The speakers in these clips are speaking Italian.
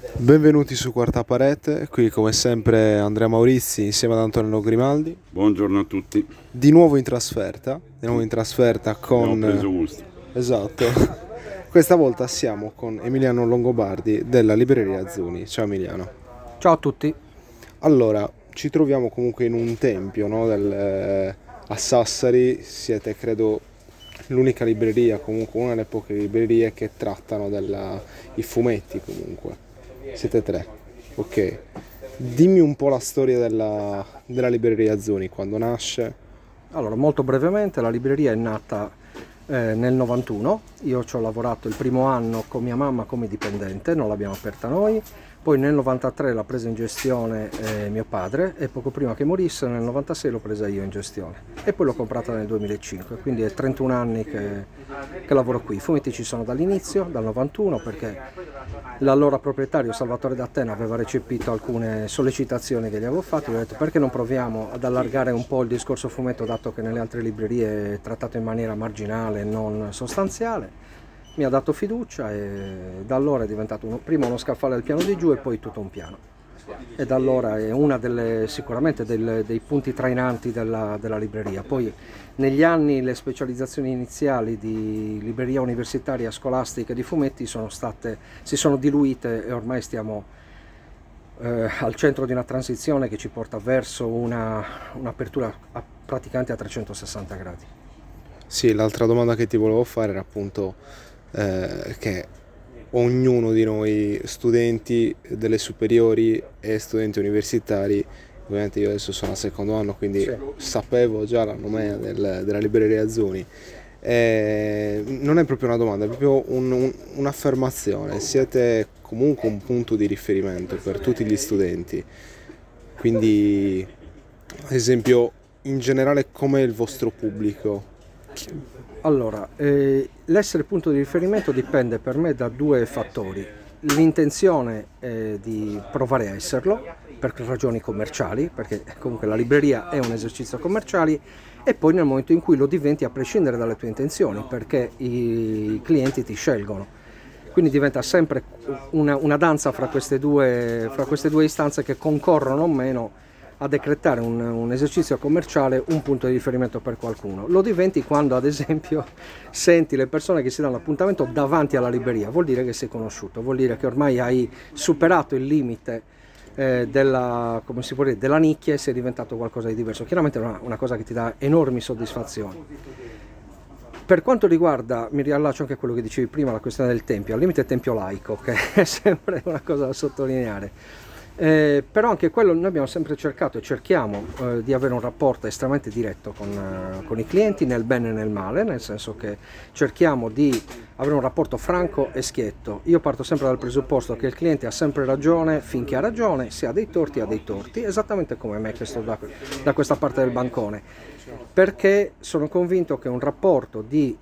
Benvenuti su Quarta Parete, qui come sempre Andrea Maurizi insieme ad Antonello Grimaldi, Buongiorno a tutti. di nuovo in trasferta Abbiamo preso con... gusto. Esatto, questa volta siamo con Emiliano Longobardi della Libreria Azzuni. Ciao Emiliano. Ciao a tutti. Allora, ci troviamo comunque in un tempio, no, a Sassari, siete credo l'unica libreria, comunque una delle poche librerie che trattano i fumetti comunque. Siete tre, ok. Dimmi un po' la storia della Libreria Azzuni, quando nasce. Allora, molto brevemente, la libreria è nata nel 91. Io ci ho lavorato il primo anno con mia mamma come dipendente, non l'abbiamo aperta noi. Poi nel 93 l'ha presa in gestione mio padre e poco prima che morisse nel 96 l'ho presa io in gestione e poi l'ho comprata nel 2005, quindi è 31 anni che lavoro qui. I fumetti ci sono dall'inizio, dal 91, perché l'allora proprietario Salvatore D'Attena aveva recepito alcune sollecitazioni che gli avevo fatto. Gli ho detto: perché non proviamo ad allargare un po' il discorso fumetto, dato che nelle altre librerie è trattato in maniera marginale e non sostanziale. Mi ha dato fiducia e da allora è diventato prima uno scaffale al piano di giù e poi tutto un piano. E da allora è una sicuramente dei punti trainanti della libreria. Poi negli anni le specializzazioni iniziali di libreria universitaria, scolastica e di fumetti si sono diluite e ormai stiamo al centro di una transizione che ci porta verso un'apertura praticamente a 360 gradi. Sì, l'altra domanda che ti volevo fare era appunto che ognuno di noi studenti delle superiori e studenti universitari, ovviamente io adesso sono al secondo anno, quindi Sì. sapevo già la nomea della Libreria Azzuni. Non è proprio una domanda, è proprio un'affermazione. Siete comunque un punto di riferimento per tutti gli studenti. Quindi, ad esempio, in generale, com'è il vostro pubblico? Allora, l'essere punto di riferimento dipende per me da due fattori. L'intenzione di provare a esserlo per ragioni commerciali, perché comunque la libreria è un esercizio commerciale, e poi nel momento in cui lo diventi a prescindere dalle tue intenzioni, perché i clienti ti scelgono. Quindi diventa sempre una danza fra queste due istanze che concorrono o meno a decretare un esercizio commerciale un punto di riferimento per qualcuno. Lo diventi quando, ad esempio, senti le persone che si danno appuntamento davanti alla libreria. Vuol dire che sei conosciuto, vuol dire che ormai hai superato il limite come si può dire, della nicchia e sei diventato qualcosa di diverso. Chiaramente è una cosa che ti dà enormi soddisfazioni. Per quanto riguarda, mi riallaccio anche a quello che dicevi prima, la questione del tempio, al limite tempio laico, che è sempre una cosa da sottolineare. Però anche quello noi abbiamo sempre cercato e cerchiamo di avere un rapporto estremamente diretto con i clienti, nel bene e nel male, nel senso che cerchiamo di avere un rapporto franco e schietto. Io parto sempre dal presupposto che il cliente ha sempre ragione finché ha ragione, se ha dei torti, esattamente come me che sto da questa parte del bancone, perché sono convinto che un rapporto di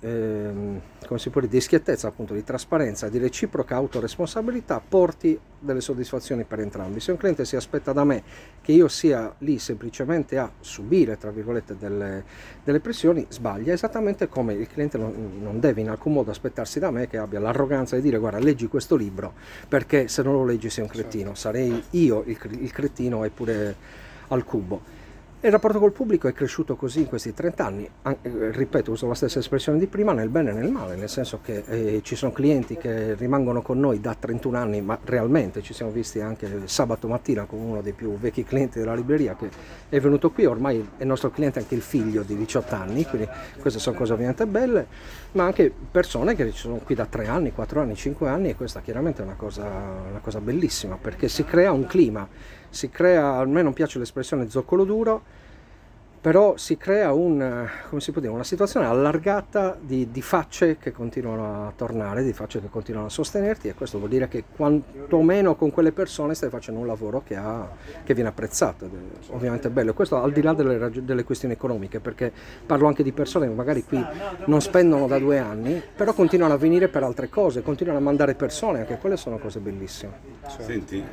schiettezza, appunto, di trasparenza, di reciproca autoresponsabilità porti delle soddisfazioni per entrambi. Se un cliente si aspetta da me che io sia lì semplicemente a subire, tra virgolette, delle pressioni, sbaglia, esattamente come il cliente non deve in alcun modo aspettarsi da me che abbia l'arroganza di dire: guarda, leggi questo libro, perché se non lo leggi sei un cretino. Sarei io il cretino, eppure al cubo. Il rapporto col pubblico è cresciuto così in questi 30 anni, ripeto, uso la stessa espressione di prima, nel bene e nel male, nel senso che ci sono clienti che rimangono con noi da 31 anni, ma realmente ci siamo visti anche sabato mattina con uno dei più vecchi clienti della libreria che è venuto qui, ormai è nostro cliente anche il figlio di 18 anni, quindi queste sono cose ovviamente belle, ma anche persone che ci sono qui da 3 anni, 4 anni, 5 anni, e questa chiaramente è una cosa bellissima, perché si crea un clima. Si crea, a me non piace l'espressione zoccolo duro, però si crea una situazione allargata di facce che continuano a tornare, di facce che continuano a sostenerti, e questo vuol dire che quantomeno con quelle persone stai facendo un lavoro che viene apprezzato, ovviamente è bello. Questo al di là delle questioni economiche, perché parlo anche di persone che magari qui non spendono da 2 anni, però continuano a venire per altre cose, continuano a mandare persone, anche quelle sono cose bellissime. Senti,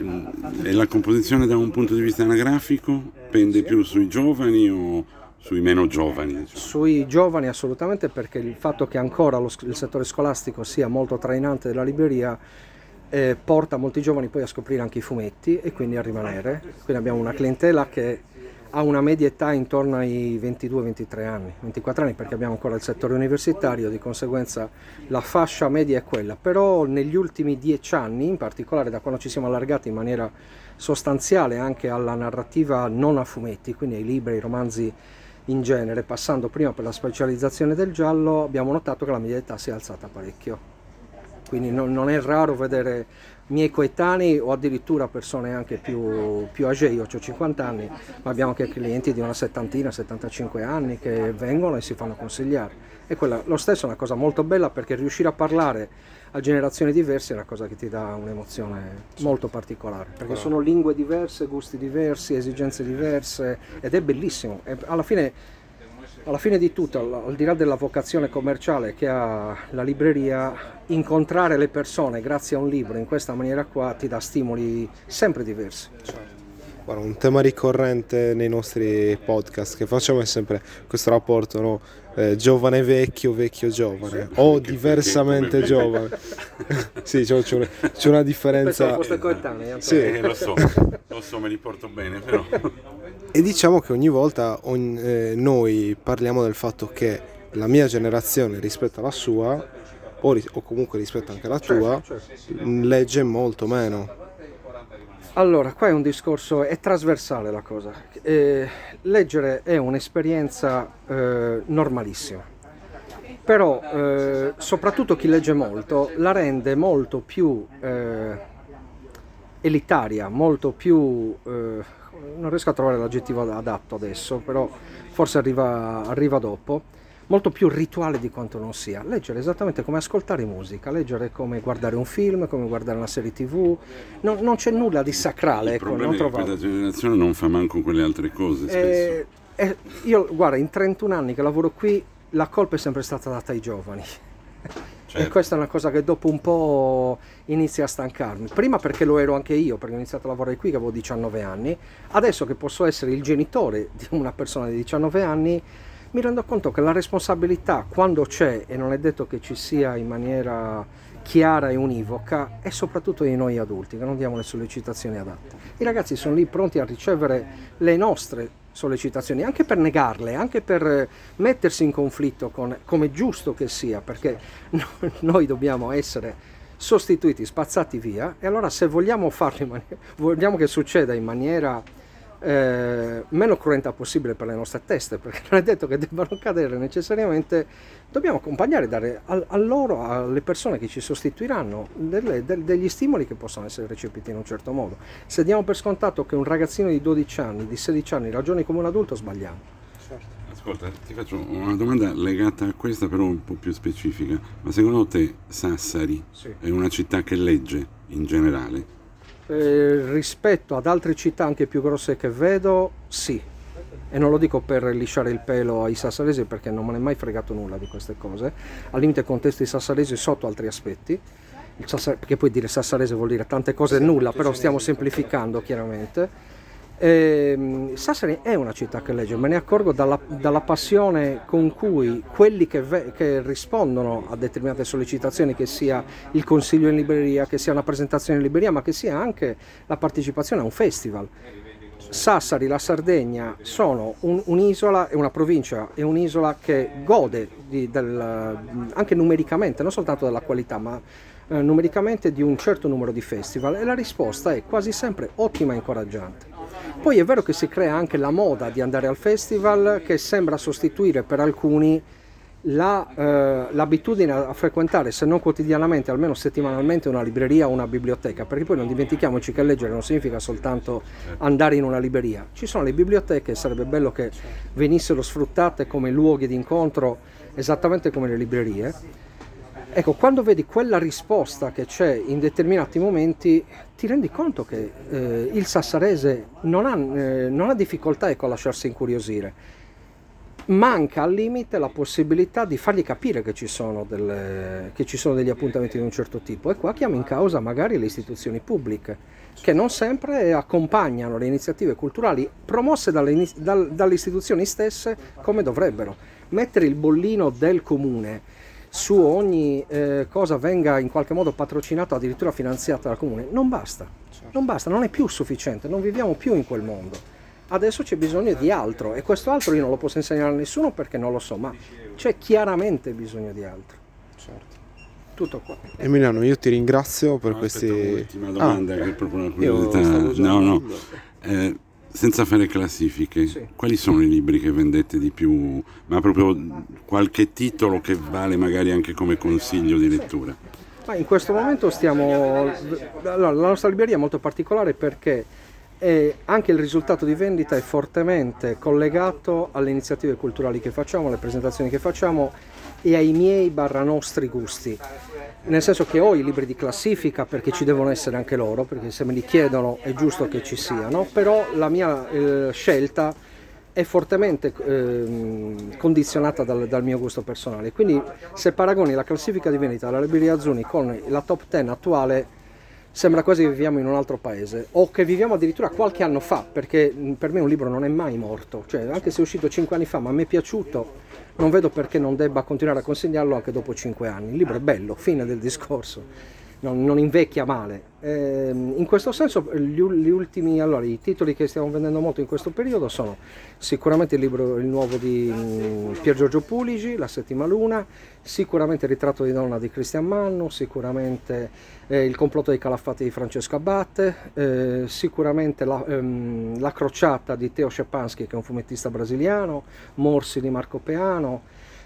e la composizione da un punto di vista anagrafico pende più sui giovani o sui meno giovani? Diciamo? Sui giovani assolutamente, perché il fatto che ancora il settore scolastico sia molto trainante della libreria porta molti giovani poi a scoprire anche i fumetti e quindi a rimanere. Quindi abbiamo una clientela che ha una media età intorno ai 22-23 anni, 24 anni, perché abbiamo ancora il settore universitario, di conseguenza la fascia media è quella. Però negli ultimi 10 anni, in particolare da quando ci siamo allargati in maniera sostanziale anche alla narrativa non a fumetti, quindi ai libri, ai romanzi in genere, passando prima per la specializzazione del giallo, abbiamo notato che la media età si è alzata parecchio. Quindi non è raro vedere miei coetanei o addirittura persone anche più age. Io ho 50 anni, ma abbiamo anche clienti di una 75 anni che vengono e si fanno consigliare. E quella, lo stesso è una cosa molto bella, perché riuscire a parlare a generazioni diverse è una cosa che ti dà un'emozione molto particolare, perché sono lingue diverse, gusti diversi, esigenze diverse, ed è bellissimo. E alla fine di tutto, al di là della vocazione commerciale che ha la libreria, incontrare le persone grazie a un libro in questa maniera qua ti dà stimoli sempre diversi. Guarda, un tema ricorrente nei nostri podcast che facciamo è sempre questo rapporto, no? Giovane vecchio, vecchio giovane, o diversamente giovane. Sì, c'è una differenza. Foste coetanei, sì. Lo so, me li porto bene, però. E diciamo che ogni volta noi parliamo del fatto che la mia generazione rispetto alla sua, o comunque rispetto anche alla tua, legge molto meno. Allora, qua è un discorso, è trasversale la cosa. Leggere è un'esperienza normalissima, però soprattutto chi legge molto la rende molto più elitaria, molto più... non riesco a trovare l'aggettivo adatto adesso, però forse arriva dopo. Molto più rituale di quanto non sia. Leggere è esattamente come ascoltare musica, leggere è come guardare un film, come guardare una serie TV, non c'è nulla di sacrale. Il problema è che quella generazione non fa manco quelle altre cose spesso. Io, guarda, in 31 anni che lavoro qui, la colpa è sempre stata data ai giovani. Certo. E questa è una cosa che dopo un po' inizia a stancarmi. Prima perché lo ero anche io, perché ho iniziato a lavorare qui che avevo 19 anni, adesso che posso essere il genitore di una persona di 19 anni, mi rendo conto che la responsabilità, quando c'è, e non è detto che ci sia in maniera chiara e univoca, è soprattutto di noi adulti, che non diamo le sollecitazioni adatte. I ragazzi sono lì pronti a ricevere le nostre sollecitazioni, anche per negarle, anche per mettersi in conflitto come è giusto che sia, perché noi dobbiamo essere sostituiti, spazzati via, e allora se vogliamo farlo vogliamo che succeda in maniera meno cruenta possibile per le nostre teste, perché non è detto che debbano cadere necessariamente, dobbiamo accompagnare, dare alle persone che ci sostituiranno degli stimoli che possono essere recepiti in un certo modo. Se diamo per scontato che un ragazzino di 12 anni, di 16 anni ragioni come un adulto, sbagliamo. Ascolta, ti faccio una domanda legata a questa, però un po' più specifica. Ma secondo te Sassari è una città che legge in generale? Rispetto ad altre città anche più grosse che vedo, sì, e non lo dico per lisciare il pelo ai sassaresi, perché non me ne è mai fregato nulla di queste cose. Al limite contesto i sassaresi sotto altri aspetti, perché poi dire sassarese vuol dire tante cose e nulla, però stiamo semplificando chiaramente. Sassari è una città che legge, me ne accorgo dalla passione con cui quelli che rispondono a determinate sollecitazioni, che sia il consiglio in libreria, che sia una presentazione in libreria, ma che sia anche la partecipazione a un festival. Sassari, la Sardegna sono un'isola e una provincia e un'isola che gode anche numericamente, non soltanto della qualità, ma numericamente di un certo numero di festival, e la risposta è quasi sempre ottima e incoraggiante. Poi è vero che si crea anche la moda di andare al festival, che sembra sostituire per alcuni l'abitudine a frequentare, se non quotidianamente, almeno settimanalmente, una libreria o una biblioteca, perché poi non dimentichiamoci che leggere non significa soltanto andare in una libreria. Ci sono le biblioteche, sarebbe bello che venissero sfruttate come luoghi di incontro esattamente come le librerie. Ecco, quando vedi quella risposta che c'è in determinati momenti, ti rendi conto che il sassarese non ha difficoltà a lasciarsi incuriosire. Manca al limite la possibilità di fargli capire che ci sono degli appuntamenti di un certo tipo, e qua chiamo in causa magari le istituzioni pubbliche, che non sempre accompagnano le iniziative culturali promosse dalle istituzioni stesse come dovrebbero. Mettere il bollino del comune su ogni cosa venga in qualche modo patrocinata, addirittura finanziata dal comune, non basta, non basta, non è più sufficiente, non viviamo più in quel mondo. Adesso c'è bisogno di altro, e questo altro io non lo posso insegnare a nessuno perché non lo so, ma c'è chiaramente bisogno di altro. Certo. Tutto qua. Emiliano, io ti ringrazio per questi... Un'ultima domanda che è proprio una io curiosità. stavo già No. andando. Senza fare classifiche, Sì. quali sono i libri che vendete di più? Ma proprio qualche titolo che vale magari anche come consiglio di lettura? Ma in questo momento allora, la nostra libreria è molto particolare perché anche il risultato di vendita è fortemente collegato alle iniziative culturali che facciamo, alle presentazioni che facciamo e ai miei nostri gusti. Nel senso che ho i libri di classifica perché ci devono essere anche loro, perché se me li chiedono è giusto che ci siano, però la mia scelta è fortemente condizionata dal mio gusto personale. Quindi se paragoni la classifica di vendita della libreria Azzuni con la top 10 attuale, sembra quasi che viviamo in un altro paese, o che viviamo addirittura qualche anno fa, perché per me un libro non è mai morto, cioè anche se è uscito 5 anni fa ma mi è piaciuto, non vedo perché non debba continuare a consegnarlo anche dopo 5 anni. Il libro è bello, fine del discorso, non invecchia male. In questo senso i titoli che stiamo vendendo molto in questo periodo sono sicuramente il nuovo di Pier Giorgio Pulisi, La settima luna, sicuramente Il ritratto di donna di Christian Mannu, sicuramente Il complotto dei Calafati di Francesco Abate, sicuramente La crociata di Teo Szczepanski, che è un fumettista brasiliano, Morsi di Marco Peano,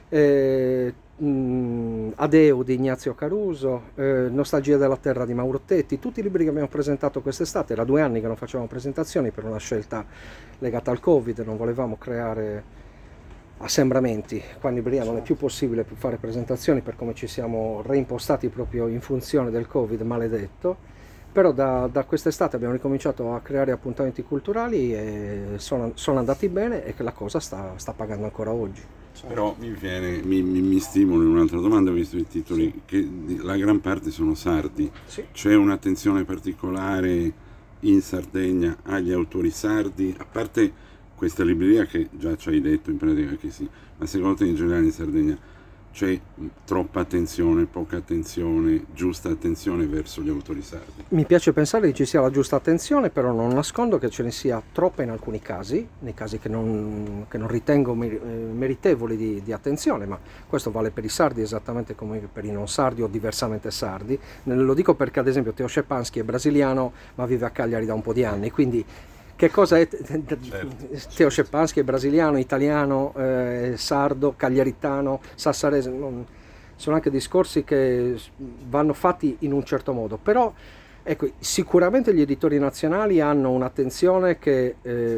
Adeu di Ignazio Caruso, Nostalgia della terra di Mauro Tetti, tutti i libri che abbiamo presentato quest'estate. Era 2 anni che non facevamo presentazioni per una scelta legata al Covid, non volevamo creare assembramenti, qua in libreria non è più possibile fare presentazioni per come ci siamo reimpostati proprio in funzione del Covid maledetto, però da quest'estate abbiamo ricominciato a creare appuntamenti culturali e sono andati bene e che la cosa sta pagando ancora oggi. Però mi stimola in un'altra domanda, visto i titoli, che la gran parte sono sardi. Sì. C'è un'attenzione particolare in Sardegna agli autori sardi, a parte questa libreria che già ci hai detto in pratica che sì, ma secondo te in generale in Sardegna c'è troppa attenzione, poca attenzione, giusta attenzione verso gli autori sardi? Mi piace pensare che ci sia la giusta attenzione, però non nascondo che ce ne sia troppa in alcuni casi, nei casi che non ritengo meritevoli di attenzione, ma questo vale per i sardi esattamente come per i non sardi o diversamente sardi. Lo dico perché ad esempio Teo Szczepanski è brasiliano ma vive a Cagliari da un po' di anni, quindi che cosa è Teo Szczepanski? È brasiliano, italiano, sardo, cagliaritano, sassarese. Sono anche discorsi che vanno fatti in un certo modo, però ecco, sicuramente gli editori nazionali hanno un'attenzione che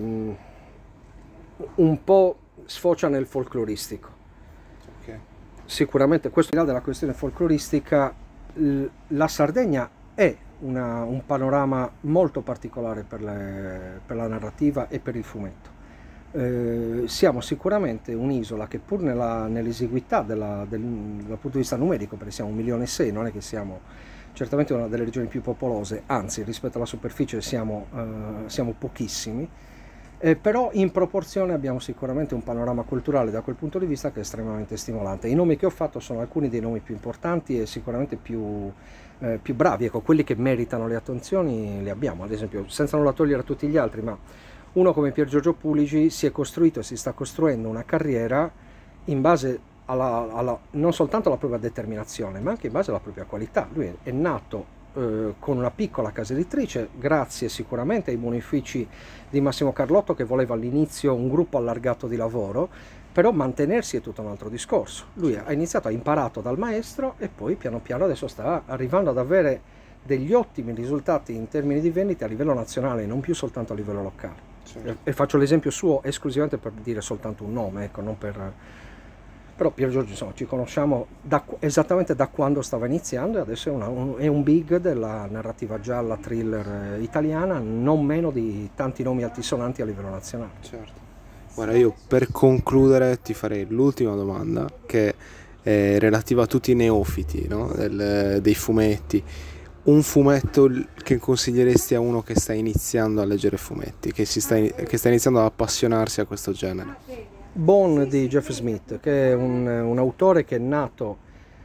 un po' sfocia nel folcloristico. Ok. Sicuramente, questo al di là della questione folcloristica, la Sardegna è un panorama molto particolare per la narrativa e per il fumetto. Siamo sicuramente un'isola che pur nell'esiguità dal punto di vista numerico, perché siamo 1,6 milioni, non è che siamo certamente una delle regioni più popolose, anzi rispetto alla superficie siamo pochissimi, però in proporzione abbiamo sicuramente un panorama culturale da quel punto di vista che è estremamente stimolante. I nomi che ho fatto sono alcuni dei nomi più importanti e sicuramente più bravi, ecco, quelli che meritano le attenzioni li abbiamo, ad esempio, senza nulla togliere a tutti gli altri, ma uno come Pier Giorgio Pulisi si è costruito e si sta costruendo una carriera in base non soltanto alla propria determinazione, ma anche in base alla propria qualità. Lui è nato con una piccola casa editrice, grazie sicuramente ai buoni uffici di Massimo Carlotto, che voleva all'inizio un gruppo allargato di lavoro, però mantenersi è tutto un altro discorso. Lui ha imparato dal maestro e poi piano piano adesso sta arrivando ad avere degli ottimi risultati in termini di vendite a livello nazionale, non più soltanto a livello locale. Certo. E faccio l'esempio suo esclusivamente per dire soltanto un nome, ecco, non per... Però Pier Giorgio, insomma, ci conosciamo esattamente da quando stava iniziando e adesso è un big della narrativa gialla thriller italiana, non meno di tanti nomi altisonanti a livello nazionale. Certo. Guarda, io per concludere ti farei l'ultima domanda, che è relativa a tutti i neofiti, no? Dei fumetti. Un fumetto che consiglieresti a uno che sta iniziando a leggere fumetti, che sta iniziando ad appassionarsi a questo genere? Bone di Jeff Smith, che è un autore che è nato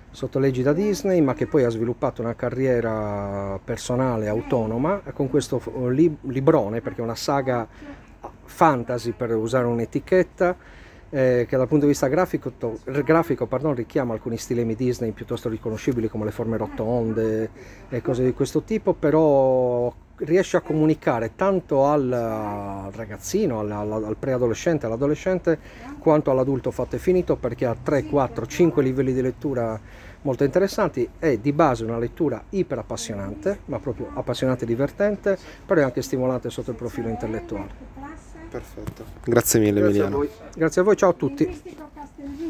sotto l'egida Disney, ma che poi ha sviluppato una carriera personale autonoma con questo librone, perché è una saga fantasy, per usare un'etichetta, che dal punto di vista grafico richiama alcuni stilemi Disney piuttosto riconoscibili, come le forme rotonde e cose di questo tipo, però riesce a comunicare tanto al ragazzino, al preadolescente, all'adolescente, quanto all'adulto fatto e finito, perché ha 3, 4, 5 livelli di lettura molto interessanti. È di base una lettura iper appassionante, ma proprio appassionante e divertente, però è anche stimolante sotto il profilo intellettuale. Perfetto. Grazie mille, Emiliano. Grazie a voi, ciao a tutti.